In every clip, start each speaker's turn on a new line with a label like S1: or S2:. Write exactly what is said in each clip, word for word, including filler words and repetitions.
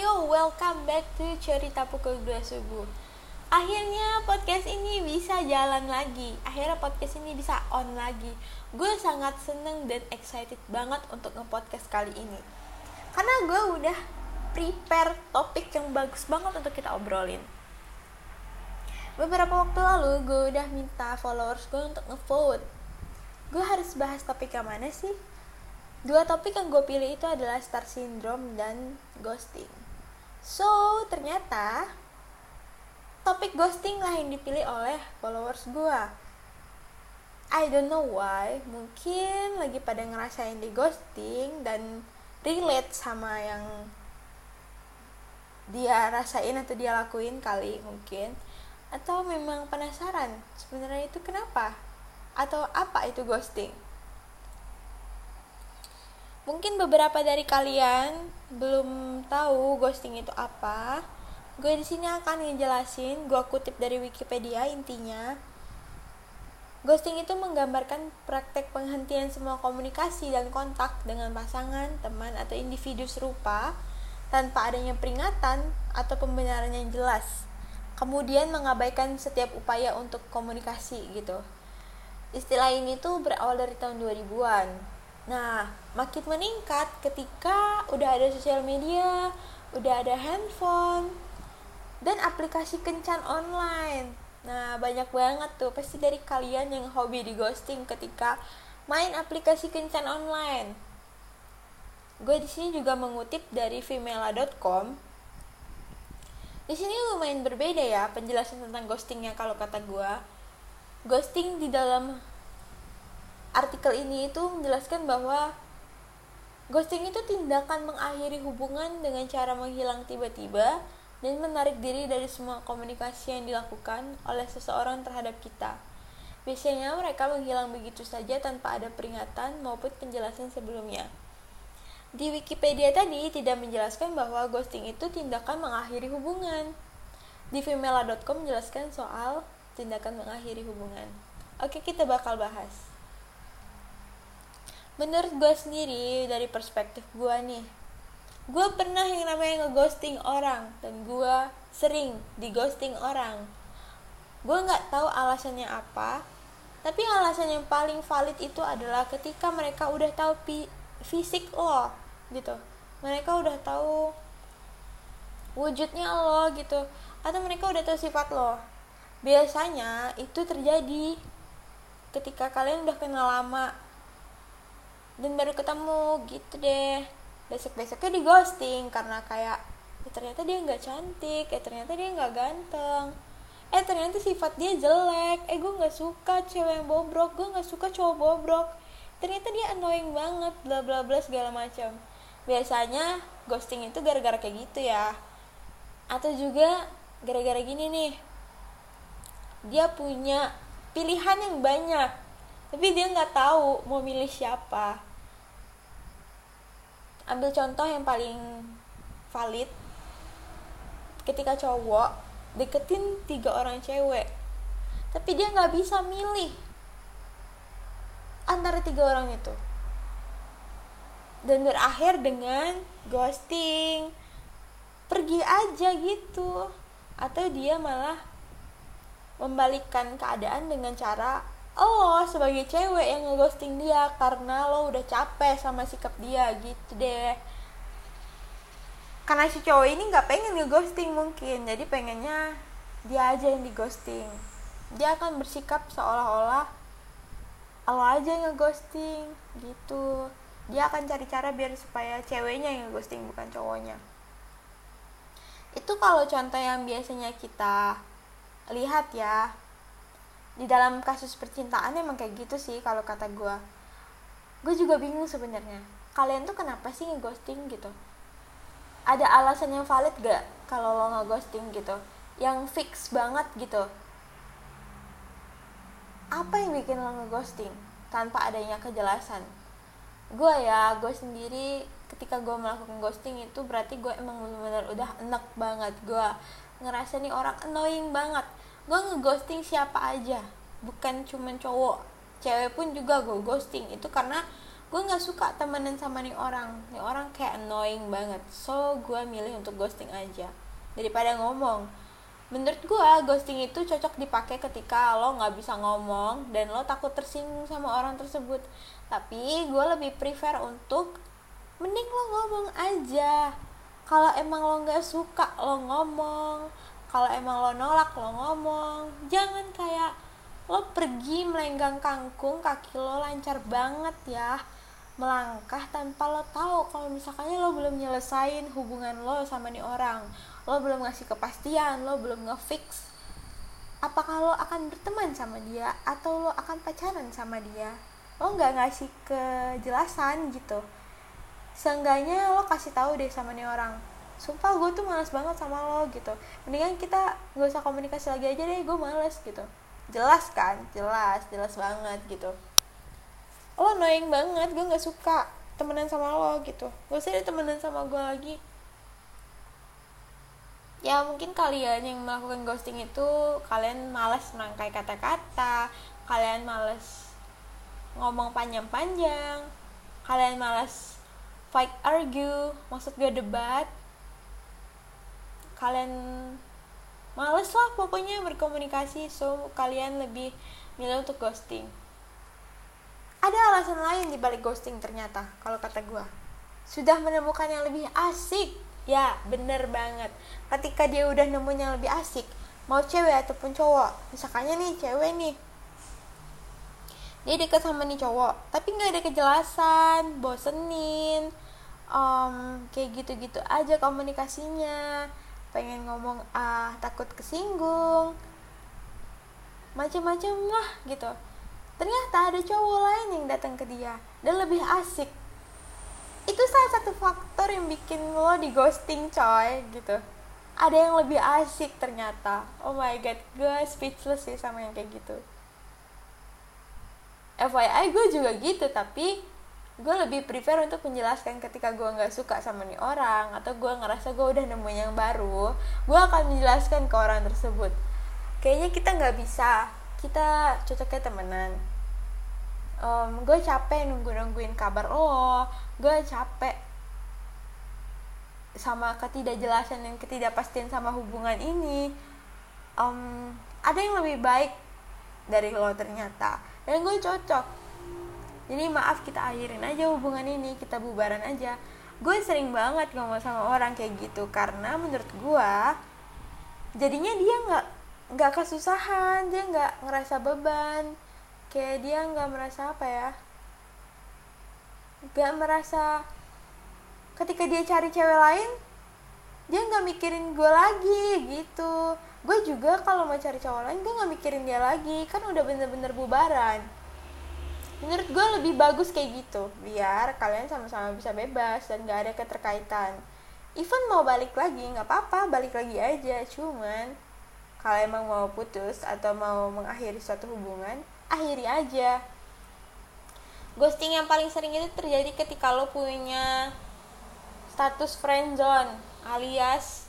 S1: Yo, welcome back to Cerita Pukul dua Subuh. Akhirnya podcast ini bisa jalan lagi. Akhirnya podcast ini bisa on lagi. Gue sangat seneng dan excited banget untuk nge-podcast kali ini. Karena gue udah prepare topik yang bagus banget untuk kita obrolin. Beberapa waktu lalu gue udah minta followers gue untuk nge-vote. Gue harus bahas topik yang mana sih? Dua topik yang gue pilih itu adalah star syndrome dan ghosting. So, ternyata topik ghosting lah yang dipilih oleh followers gue. I don't know why, mungkin lagi pada ngerasain di ghosting dan relate sama yang dia rasain atau dia lakuin kali mungkin. Atau memang penasaran sebenarnya itu kenapa? Atau apa itu ghosting? Mungkin beberapa dari kalian belum tahu ghosting itu apa. Gue di sini akan ngejelasin, gue kutip dari Wikipedia intinya. Ghosting itu menggambarkan praktek penghentian semua komunikasi dan kontak dengan pasangan, teman, atau individu serupa tanpa adanya peringatan atau pembenaran yang jelas. Kemudian mengabaikan setiap upaya untuk komunikasi gitu. Istilah ini tuh berawal dari tahun dua ribuan. Nah, makin meningkat ketika udah ada sosial media, udah ada handphone, dan aplikasi kencan online. Nah, banyak banget tuh pasti dari kalian yang hobi di ghosting ketika main aplikasi kencan online. Gue di sini juga mengutip dari femela dot com. Di sini lumayan berbeda ya penjelasan tentang ghostingnya kalau kata gue. Ghosting di dalam artikel ini itu menjelaskan bahwa ghosting itu tindakan mengakhiri hubungan dengan cara menghilang tiba-tiba dan menarik diri dari semua komunikasi yang dilakukan oleh seseorang terhadap kita. Biasanya mereka menghilang begitu saja tanpa ada peringatan maupun penjelasan sebelumnya. Di Wikipedia tadi tidak menjelaskan bahwa ghosting itu tindakan mengakhiri hubungan. Di femela dot com menjelaskan soal tindakan mengakhiri hubungan. Oke, kita bakal bahas. Menurut gue sendiri, dari perspektif gue nih, gue pernah yang namanya nge-ghosting orang, dan gue sering di-ghosting orang. Gue gak tahu alasannya apa, tapi alasan yang paling valid itu adalah ketika mereka udah tahu pi- fisik lo, gitu. Mereka udah tahu wujudnya lo, gitu. Atau mereka udah tahu sifat lo. Biasanya itu terjadi ketika kalian udah kenal lama dan baru ketemu gitu deh. Besok-besoknya di ghosting karena kayak eh, ternyata dia gak cantik, eh ternyata dia gak ganteng, eh ternyata sifat dia jelek, eh gue gak suka cewek yang bobrok, gue gak suka cowok bobrok, ternyata dia annoying banget, bla bla bla segala macam. Biasanya ghosting itu gara-gara kayak gitu ya. Atau juga gara-gara gini nih, dia punya pilihan yang banyak tapi dia gak tahu mau milih siapa. Ambil contoh yang paling valid, ketika cowok deketin tiga orang cewek, tapi dia gak bisa milih antara tiga orang itu, dan berakhir dengan ghosting, pergi aja gitu. Atau dia malah membalikkan keadaan dengan cara lo sebagai cewek yang ngeghosting dia karena lo udah capek sama sikap dia gitu deh. Karena si cowok ini gak pengen ngeghosting mungkin, jadi pengennya dia aja yang dighosting. Dia akan bersikap seolah-olah lo aja yang ngeghosting gitu. Dia akan cari cara biar supaya ceweknya yang ngeghosting bukan cowoknya. Itu kalau contoh yang biasanya kita lihat ya. Di dalam kasus percintaan emang kayak gitu sih kalau kata gue. Gue juga bingung sebenarnya. Kalian tuh kenapa sih ngeghosting gitu? Ada alasan yang valid gak kalau lo ngeghosting gitu? Yang fix banget gitu. Apa yang bikin lo ngeghosting tanpa adanya kejelasan? Gue ya, gue sendiri ketika gue melakukan ghosting itu berarti gue emang benar-benar udah enek banget. Gue ngerasa nih orang annoying banget. Gue ngeghosting siapa aja, bukan cuman cowok, cewek pun juga gue ghosting. Itu karena gue nggak suka temenan sama nih orang nih orang kayak annoying banget, so gue milih untuk ghosting aja daripada ngomong. Menurut gue ghosting itu cocok dipakai ketika lo nggak bisa ngomong dan lo takut tersinggung sama orang tersebut. Tapi gue lebih prefer untuk mending lo ngomong aja. Kalau emang lo nggak suka lo ngomong, kalau emang lo nolak lo ngomong. Jangan kayak lo pergi melenggang kangkung, kaki lo lancar banget ya melangkah tanpa lo tahu kalau misalkannya lo belum nyelesain hubungan lo sama nih orang, lo belum ngasih kepastian, lo belum ngefix apakah lo akan berteman sama dia atau lo akan pacaran sama dia. Lo nggak ngasih kejelasan gitu. Seenggaknya lo kasih tahu deh sama nih orang, sumpah gue tuh malas banget sama lo gitu, mendingan kita gak usah komunikasi lagi aja deh, gue males gitu. Jelas kan, jelas, jelas banget gitu. Lo annoying banget, gue gak suka temenan sama lo gitu, gak usah deh temenan sama gue lagi. Ya mungkin kalian yang melakukan ghosting itu kalian malas merangkai kata-kata, kalian malas ngomong panjang-panjang, kalian malas fight argue, maksud gue debat, kalian males lah pokoknya berkomunikasi, so kalian lebih milih untuk ghosting. Ada alasan lain di balik ghosting ternyata, kalau kata gue. Sudah menemukan yang lebih asik. Ya, bener banget. Ketika dia udah nemuin yang lebih asik, mau cewek ataupun cowok, misalkannya nih cewek nih, dia deket sama nih cowok, tapi gak ada kejelasan, bosenin, um, kayak gitu-gitu aja komunikasinya, pengen ngomong ah takut kesinggung, macam-macam lah gitu. Ternyata ada cowok lain yang datang ke dia dan lebih asik. Itu salah satu faktor yang bikin lo di ghosting coy gitu. Ada yang lebih asik ternyata. Oh my god, gue speechless sih sama yang kayak gitu. F Y I gue juga gitu, tapi gue lebih prefer untuk menjelaskan ketika gue nggak suka sama nih orang atau gue ngerasa gue udah nemuin yang baru, gue akan menjelaskan ke orang tersebut. Kayaknya kita nggak bisa, kita cocoknya temenan. Um, gue capek nunggu-nungguin kabar lo, gue capek sama ketidakjelasan dan ketidakpastian sama hubungan ini. Um, ada yang lebih baik dari lo ternyata, dan gue cocok. Jadi maaf, kita akhirin aja hubungan ini, kita bubaran aja. Gue sering banget ngomong sama orang kayak gitu karena menurut gue jadinya dia nggak nggak kesusahan, dia nggak ngerasa beban, kayak dia nggak merasa apa ya, nggak merasa ketika dia cari cewek lain dia nggak mikirin gue lagi gitu. Gue juga kalau mau cari cowok lain gue nggak mikirin dia lagi, kan udah bener-bener bubaran. Menurut gue lebih bagus kayak gitu, biar kalian sama-sama bisa bebas dan gak ada keterkaitan. Even mau balik lagi gak apa-apa, balik lagi aja. Cuman kalau emang mau putus atau mau mengakhiri suatu hubungan, akhiri aja. Ghosting yang paling sering itu terjadi ketika lo punya status friendzone, alias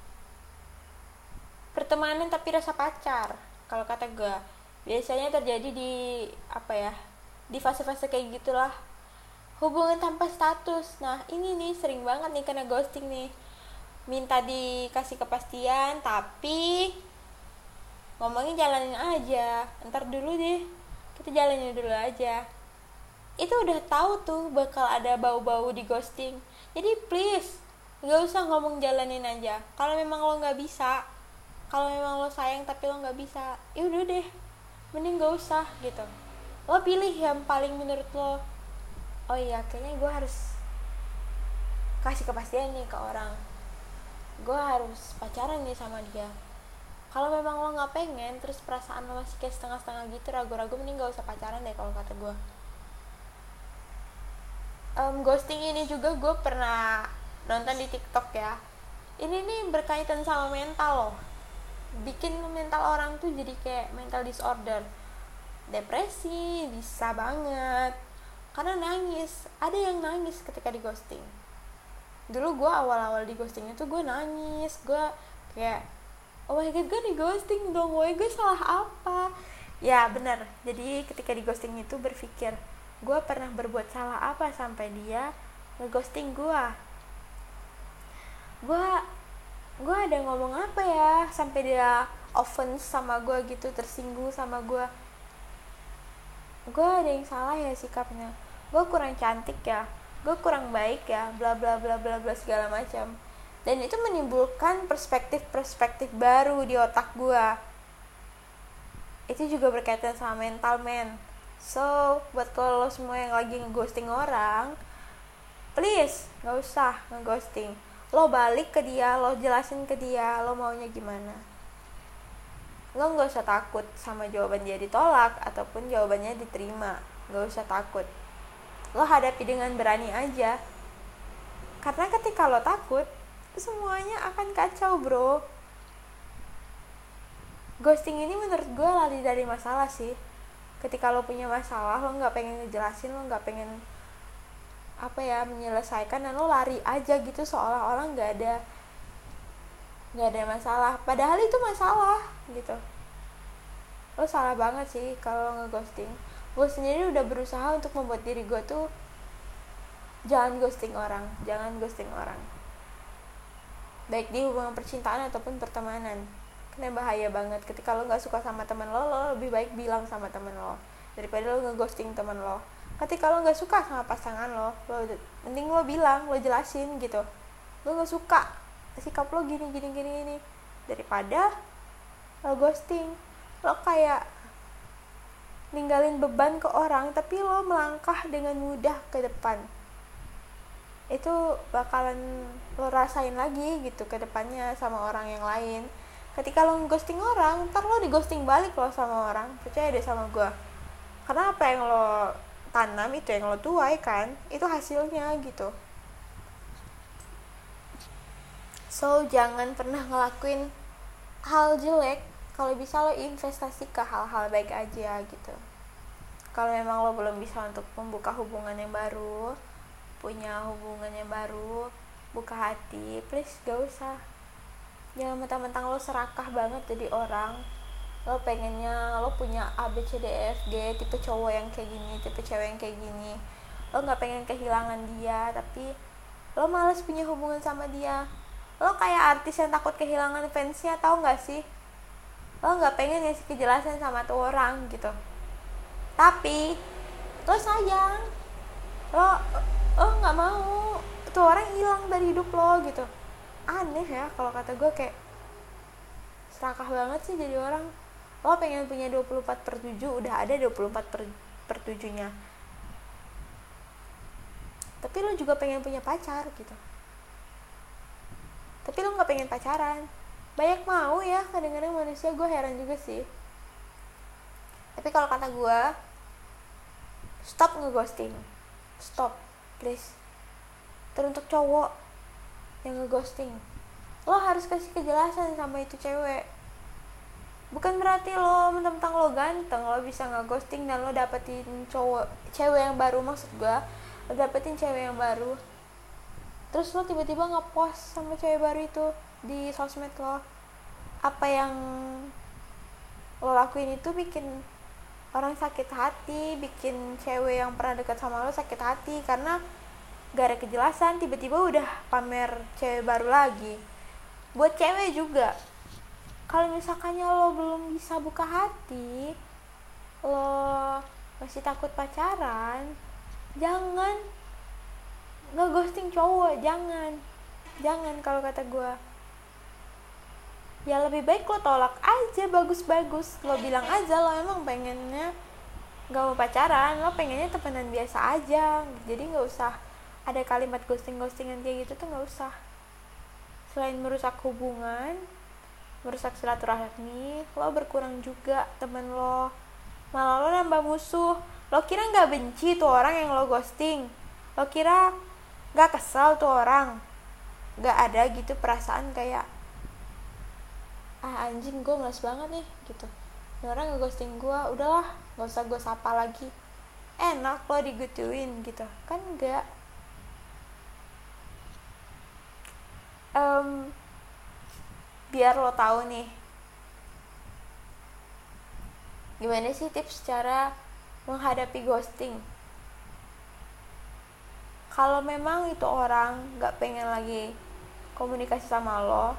S1: pertemanan tapi rasa pacar. Kalau kata gue, biasanya terjadi di apa ya, di fase-fase kayak gitulah, hubungan tanpa status. Nah ini nih sering banget nih kena ghosting nih, minta dikasih kepastian tapi ngomongnya jalanin aja, ntar dulu deh, kita jalanin dulu aja. Itu udah tahu tuh bakal ada bau-bau di ghosting. Jadi please gak usah ngomong jalanin aja. Kalau memang lo gak bisa, kalau memang lo sayang tapi lo gak bisa, ya udah deh, mending gak usah gitu. Lo pilih yang paling menurut lo, oh iya kayaknya gue harus kasih kepastian nih ke orang, gue harus pacaran nih sama dia. Kalau memang lo gak pengen, terus perasaan lo masih kayak setengah-setengah gitu, ragu-ragu, mending gak usah pacaran deh kalau kata gue. um, Ghosting ini juga gue pernah nonton di TikTok ya. Ini nih berkaitan sama mental loh, bikin mental orang tuh jadi kayak mental disorder, depresi bisa banget karena nangis. Ada yang nangis ketika di ghosting. Dulu gue awal-awal di ghosting itu gue nangis, gue kayak oh my god gue di ghosting dong, woy gue salah apa ya. Bener, jadi ketika di ghosting itu berpikir gue pernah berbuat salah apa sampai dia ngeghosting gue. Gue gue ada ngomong apa ya sampai dia offense sama gue gitu, tersinggung sama gue. Gue ada yang salah ya sikapnya, gue kurang cantik ya, gue kurang baik ya, bla bla bla bla bla segala macam. Dan itu menimbulkan perspektif-perspektif baru di otak gue. Itu juga berkaitan sama mental, men. So, buat kalau lo semua yang lagi ngeghosting orang, please, gak usah ngeghosting. Lo balik ke dia, lo jelasin ke dia, lo maunya gimana. Lo gak usah takut sama jawaban dia ditolak, ataupun jawabannya diterima. Gak usah takut. Lo hadapi dengan berani aja. Karena ketika lo takut, semuanya akan kacau, bro. Ghosting ini menurut gue lari dari masalah sih. Ketika lo punya masalah, lo gak pengen ngejelasin, lo gak pengen apa ya menyelesaikan, dan lo lari aja gitu seolah-olah gak ada gak ada masalah, padahal itu masalah gitu. Lo salah banget sih kalau ngeghosting. Gue sendiri udah berusaha untuk membuat diri gue tuh jangan ghosting orang, jangan ghosting orang, baik di hubungan percintaan ataupun pertemanan. Karena bahaya banget ketika lo gak suka sama teman lo, lo lebih baik bilang sama teman lo daripada lo ngeghosting teman lo. Ketika lo gak suka sama pasangan lo, lo mending lo bilang, lo jelasin gitu, lo gak suka sikap lo gini gini gini gini, daripada lo ghosting. Lo kayak ninggalin beban ke orang, tapi lo melangkah dengan mudah ke depan. Itu bakalan lo rasain lagi gitu ke depannya sama orang yang lain. Ketika lo ghosting orang, ntar lo di ghosting balik lo sama orang. Percaya deh sama gue. Karena apa yang lo tanam itu yang lo tuai kan, itu hasilnya gitu. So jangan pernah ngelakuin hal jelek. Kalau bisa lo investasi ke hal-hal baik aja gitu. Kalau memang lo belum bisa untuk membuka hubungan yang baru, punya hubungan yang baru, buka hati, please gak usah. Jangan mentang-mentang lo serakah banget jadi orang, lo pengennya lo punya A B C D E F G, tipe cowok yang kayak gini, tipe cewek yang kayak gini. Lo gak pengen kehilangan dia, tapi lo malas punya hubungan sama dia. Lo kayak artis yang takut kehilangan fansnya, tau gak sih? Lo gak pengen ngasih kejelasan sama tuh orang gitu, tapi lo sayang, lo lo gak mau tuh orang hilang dari hidup lo gitu. Aneh ya kalau kata gue, kayak serakah banget sih jadi orang. Lo pengen punya dua puluh empat per tujuh, udah ada dua puluh empat per tujuh nya, tapi lo juga pengen punya pacar gitu, tapi lo gak pengen pacaran. Banyak mau ya kadang-kadang manusia, gue heran juga sih. Tapi kalau kata gue, stop ngeghosting, stop please. Teruntuk cowok yang ngeghosting, lo harus kasih kejelasan sama itu cewek. Bukan berarti lo mentang-mentang lo ganteng lo bisa ngeghosting dan lo dapetin cowok cewek yang baru. Maksud gue, lo dapetin cewek yang baru, terus lo tiba-tiba ngepost sama cewek baru itu di sosmed lo. Apa yang lo lakuin itu bikin orang sakit hati, bikin cewek yang pernah dekat sama lo sakit hati, karena gak ada kejelasan, tiba-tiba udah pamer cewek baru lagi. Buat cewek juga, kalau misalkannya lo belum bisa buka hati, lo masih takut pacaran, jangan ngeghosting cowok, jangan jangan kalau kata gue. Ya lebih baik lo tolak aja, bagus-bagus lo bilang aja lo emang pengennya gak mau pacaran, lo pengennya temenan biasa aja. Jadi gak usah ada kalimat ghosting-ghostingan kayak gitu tuh, gak usah. Selain merusak hubungan, merusak silaturahmi, lo berkurang juga temen lo, malah lo nambah musuh. Lo kira gak benci tuh orang yang lo ghosting? Lo kira gak kesal tuh orang? Gak ada gitu perasaan kayak, ah anjing gue males banget nih gitu, ini orang ngeghosting gue, udahlah gak usah gue sapa lagi. Enak lo digituin gitu kan? Enggak. um, biar lo tahu nih gimana sih tips cara menghadapi ghosting. Kalau memang itu orang gak pengen lagi komunikasi sama lo,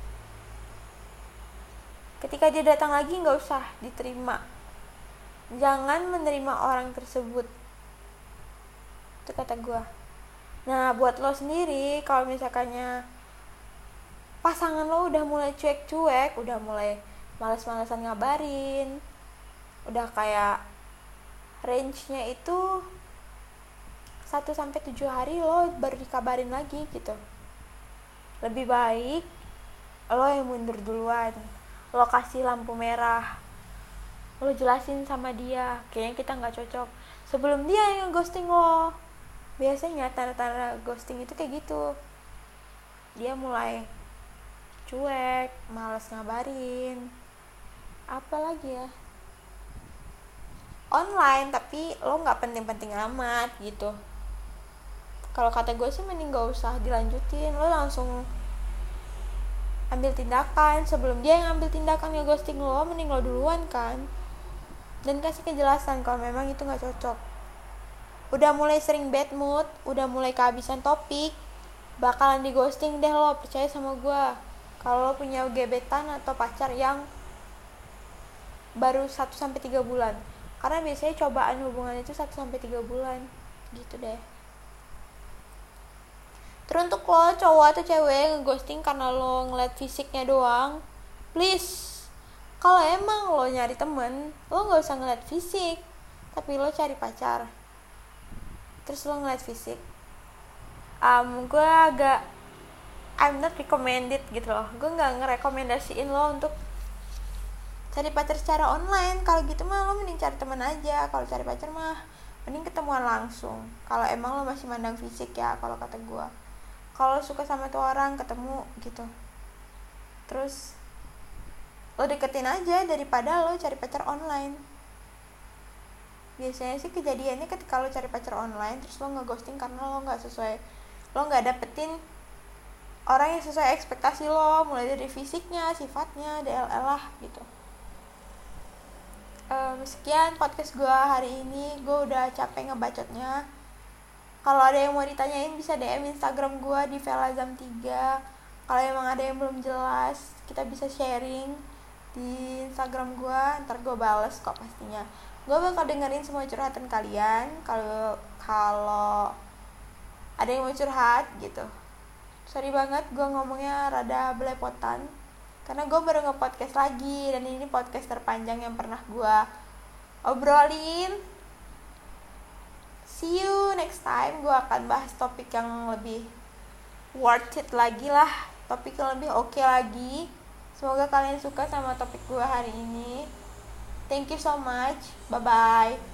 S1: ketika dia datang lagi gak usah diterima. Jangan menerima orang tersebut. Itu kata gue. Nah, buat lo sendiri, kalau misalkannya pasangan lo udah mulai cuek-cuek, udah mulai malas-malasan ngabarin, udah kayak range-nya itu satu sampai tujuh hari lo baru dikabarin lagi gitu. Lebih baik lo yang mundur duluan. Lo kasih lampu merah. Lo jelasin sama dia, kayaknya kita gak cocok, sebelum dia yang ghosting lo. Biasanya tanda-tanda ghosting itu kayak gitu. Dia mulai cuek, malas ngabarin. Apa lagi ya? Online tapi lo gak penting-penting amat gitu. Kalau kata gue sih mending gak usah dilanjutin. Lo langsung ambil tindakan. Sebelum dia yang ambil tindakan nge-ghosting lo, mending lo duluan kan. Dan kasih kejelasan kalau memang itu gak cocok. Udah mulai sering bad mood, udah mulai kehabisan topik, bakalan di-ghosting deh lo, percaya sama gue. Kalau lo punya gebetan atau pacar yang baru satu sampai tiga bulan. Karena biasanya cobaan hubungan itu satu sampai tiga bulan. Gitu deh. Teruntuk lo cowok atau cewek ngeghosting karena lo ngeliat fisiknya doang, please, kalau emang lo nyari temen, lo gak usah ngeliat fisik, tapi lo cari pacar, terus lo ngeliat fisik. um, gue agak I'm not recommended gitu loh. Gue gak ngerekomendasiin lo untuk cari pacar secara online. Kalau gitu mah lo mending cari temen aja. Kalau cari pacar mah mending ketemuan langsung, kalau emang lo masih mandang fisik ya, kalau kata gue. Kalau suka sama tuh orang, ketemu gitu, terus lo deketin aja daripada lo cari pacar online. Biasanya sih kejadiannya ketika lo cari pacar online terus lo nge-ghosting karena lo gak sesuai, lo gak dapetin orang yang sesuai ekspektasi lo, mulai dari fisiknya, sifatnya, D L L lah gitu. um, Sekian podcast gue hari ini. Gue udah capek ngebacotnya. Kalau ada yang mau ditanyain bisa D M Instagram gue di velazam tiga. Kalau emang ada yang belum jelas, kita bisa sharing di Instagram gue, ntar gue bales kok pastinya. Gue bakal dengerin semua curhatan kalian. Kalau kalau ada yang mau curhat gitu, sorry banget gue ngomongnya rada belepotan, karena gue baru nge-podcast lagi, dan ini podcast terpanjang yang pernah gue obrolin. See you next time. Gue akan bahas topik yang lebih worth it lagi lah, topik yang lebih oke okay lagi. Semoga kalian suka sama topik gue hari ini. Thank you so much. Bye bye.